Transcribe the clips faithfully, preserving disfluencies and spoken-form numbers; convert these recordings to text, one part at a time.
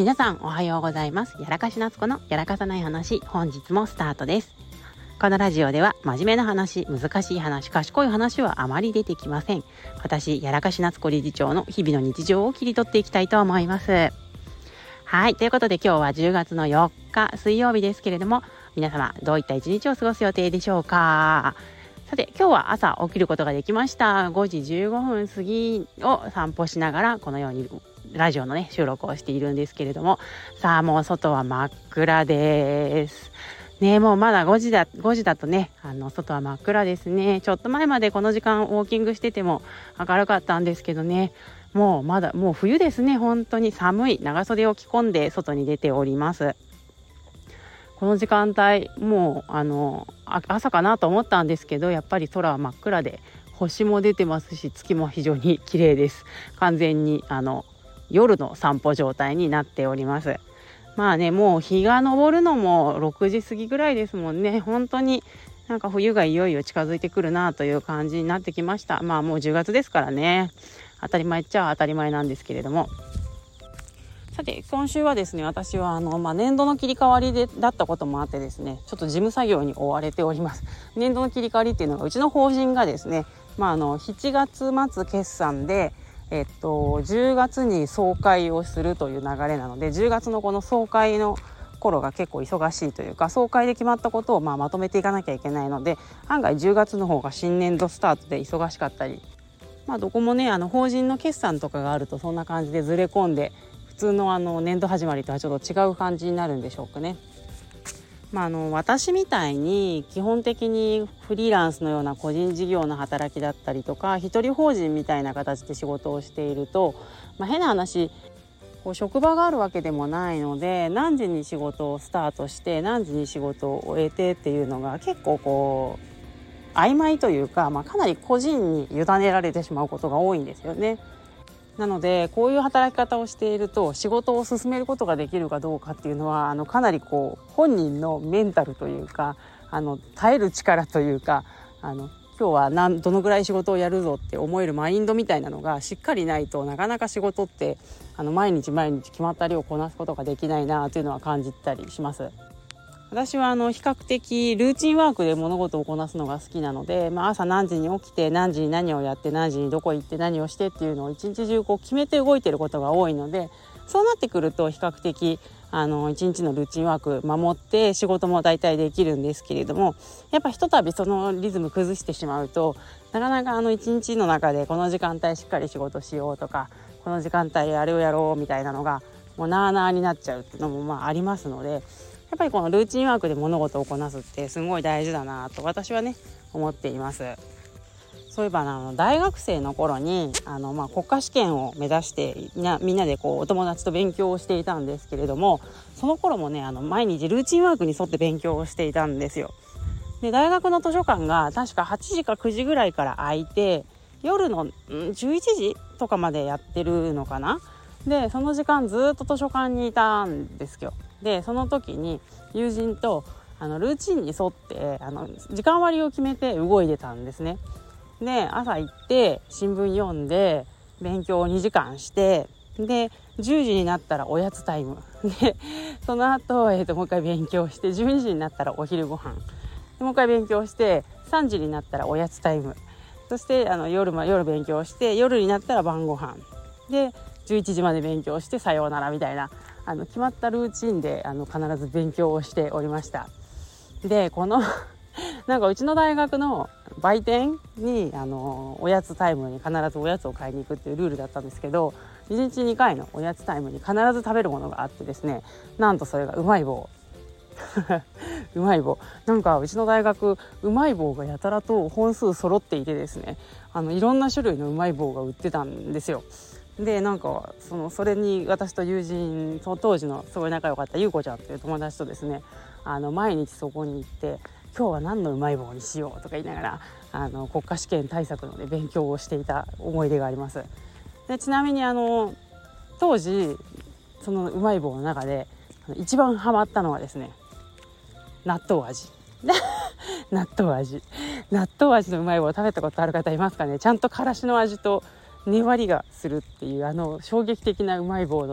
皆さんおはようございます。やらかし夏子のやらかさない話、本日もスタートです。このラジオでは真面目な話、難しい話、賢い話はあまり出てきません。私やらかし夏子理事長の日々の日常を切り取っていきたいと思います。はい、ということで今日はじゅうがつのよっか水曜日ですけれども、皆様どういった一日を過ごす予定でしょうか。さて今日は朝起きることができました。ごじじゅうごふん過ぎを散歩しながらこのようにラジオのね収録をしているんですけれども、さあもう外は真っ暗ですね。もうまだごじだごじだとね、あの外は真っ暗ですね。ちょっと前までこの時間ウォーキングしてても明るかったんですけどね、もうまだもう冬ですね。本当に寒い。長袖を着込んで外に出ております。この時間帯もうあの朝かなと思ったんですけど、やっぱり空は真っ暗で星も出てますし、月も非常に綺麗です。完全にあの夜の散歩状態になっております。まあね、もう日が昇るのもろくじ過ぎぐらいですもんね。本当になんか冬がいよいよ近づいてくるなという感じになってきました。まあもうじゅうがつですからね、当たり前っちゃ当たり前なんですけれども、さて今週はですね、私はあの、まあ、年度の切り替わりでだったこともあってですね、ちょっと事務作業に追われております。年度の切り替わりっていうのが、うちの法人がですね、まあ、あのしちがつ末決算でえっと、じゅうがつに総会をするという流れなので、じゅうがつのこの総会の頃が結構忙しいというか、総会で決まったことをまあまとめていかなきゃいけないので、案外じゅうがつの方が新年度スタートで忙しかったり、まあどこもね、あの法人の決算とかがあるとそんな感じでずれ込んで、普通のあの年度始まりとはちょっと違う感じになるんでしょうかね。まあ、あの私みたいに基本的にフリーランスのような個人事業の働きだったりとか、一人法人みたいな形で仕事をしていると、まあ、変な話こう職場があるわけでもないので、何時に仕事をスタートして何時に仕事を終えてっていうのが結構こう曖昧というか、まあ、かなり個人に委ねられてしまうことが多いんですよね。なのでこういう働き方をしていると、仕事を進めることができるかどうかっていうのは、あのかなりこう本人のメンタルというか、あの耐える力というか、あの今日は何どのぐらい仕事をやるぞって思えるマインドみたいなのがしっかりないと、なかなか仕事ってあの毎日毎日決まった量をこなすことができないなというのは感じたりします。私はあの比較的ルーチンワークで物事をこなすのが好きなので、まあ、朝何時に起きて何時に何をやって何時にどこ行って何をしてっていうのを一日中こう決めて動いていることが多いので、そうなってくると比較的あの一日のルーチンワーク守って仕事も大体できるんですけれども、やっぱひとたびそのリズム崩してしまうと、なかなかあの一日の中でこの時間帯しっかり仕事しようとか、この時間帯あれをやろうみたいなのがもうなあなあになっちゃうっていうのもまあありますので、やっぱりこのルーチンワークで物事をこなすってすごい大事だなと私はね思っています。そういえばあの大学生の頃にあの、まあ、国家試験を目指してみんな、みんなでこうお友達と勉強をしていたんですけれども、その頃もねあの毎日ルーチンワークに沿って勉強をしていたんですよ。で大学の図書館が確かはちじかくじぐらいから開いて、夜のじゅういちじとかまでやってるのかな。でその時間ずっと図書館にいたんですよ。でその時に友人とあのルーチンに沿ってあの時間割を決めて動いてたんですね。で朝行って新聞読んで勉強をにじかんして、でじゅうじになったらおやつタイムで、その後、えーともう一回勉強してじゅうにじになったらお昼ご飯で、もう一回勉強してさんじになったらおやつタイム、そしてあの 夜, 夜勉強して夜になったら晩ご飯でじゅういちじまで勉強してさようならみたいな、あの決まったルーチンであの必ず勉強をしておりました。でこのなんかうちの大学の売店にあのおやつタイムに必ずおやつを買いに行くっていうルールだったんですけど、いちにちにかいのおやつタイムに必ず食べるものがあってですね、なんとそれがうまい棒うまい棒なんかうちの大学うまい棒がやたらと本数揃っていてですね、あのいろんな種類のうまい棒が売ってたんですよ。でなんか そ, のそれに私と友人、その当時のすごい仲良かったゆうこちゃんという友達とですね、あの毎日そこに行って、今日は何のうまい棒にしようとか言いながらあの国家試験対策の、ね、勉強をしていた思い出があります。でちなみにあの当時そのうまい棒の中で一番ハマったのはですね、納豆味納豆味納豆味のうまい棒を食べたことある方いますかね。ちゃんとからしの味と粘りがするっていう、あの衝撃的なうまい棒の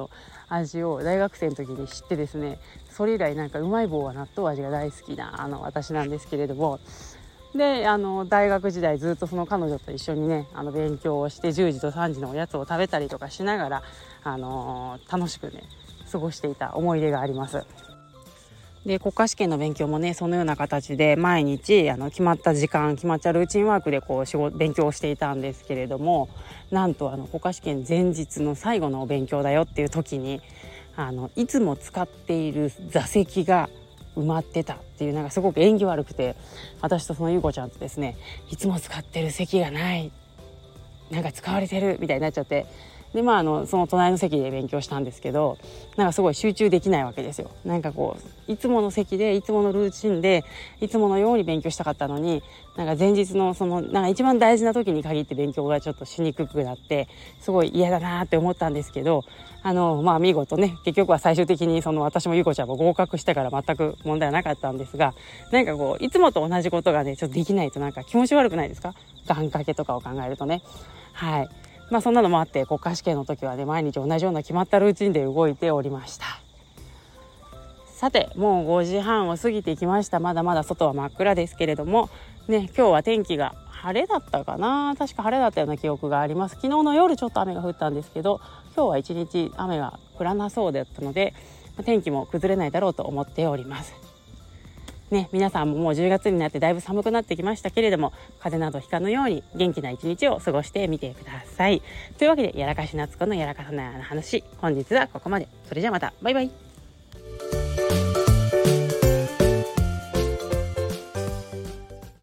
味を大学生の時に知ってですね、それ以来なんかうまい棒は納豆味が大好きなあの私なんですけれども、であの大学時代ずっとその彼女と一緒にねあの勉強をしてじゅうじとさんじのおやつを食べたりとかしながら、あのー、楽しくね過ごしていた思い出があります。で国家試験の勉強もねそのような形で毎日あの決まった時間決まったルーチンワークでこう仕事勉強をしていたんですけれども、なんとあの国家試験前日の最後のお勉強だよっていう時にあのいつも使っている座席が埋まってたっていう、なんかすごく縁起悪くて、私とそのゆうこちゃんとですね、いつも使ってる席がない、なんか使われてるみたいになっちゃって、でまああのその隣の席で勉強したんですけど、なんかすごい集中できないわけですよ。なんかこういつもの席でいつものルーチンでいつものように勉強したかったのに、なんか前日のそのなんか一番大事な時に限って勉強がちょっとしにくくなって、すごい嫌だなって思ったんですけど、あのまあ見事ね結局は最終的にその私もゆうこちゃんも合格してから全く問題はなかったんですが、なんかこういつもと同じことがねちょっとできないとなんか気持ち悪くないですか？願掛けとかを考えるとね。はい、まあそんなのもあって国家試験の時はね毎日同じような決まったルーチンで動いておりました。さてもうごじはんを過ぎてきました。まだまだ外は真っ暗ですけれどもね、今日は天気が晴れだったかな、確か晴れだったような記憶があります。昨日の夜ちょっと雨が降ったんですけど、今日は一日雨が降らなそうだったので天気も崩れないだろうと思っておりますね。皆さんももうじゅうがつになってだいぶ寒くなってきましたけれども、風邪などひかぬように元気な一日を過ごしてみてください。というわけでやらかし夏子のやらかさない話、本日はここまで。それじゃあまた、バイバイ。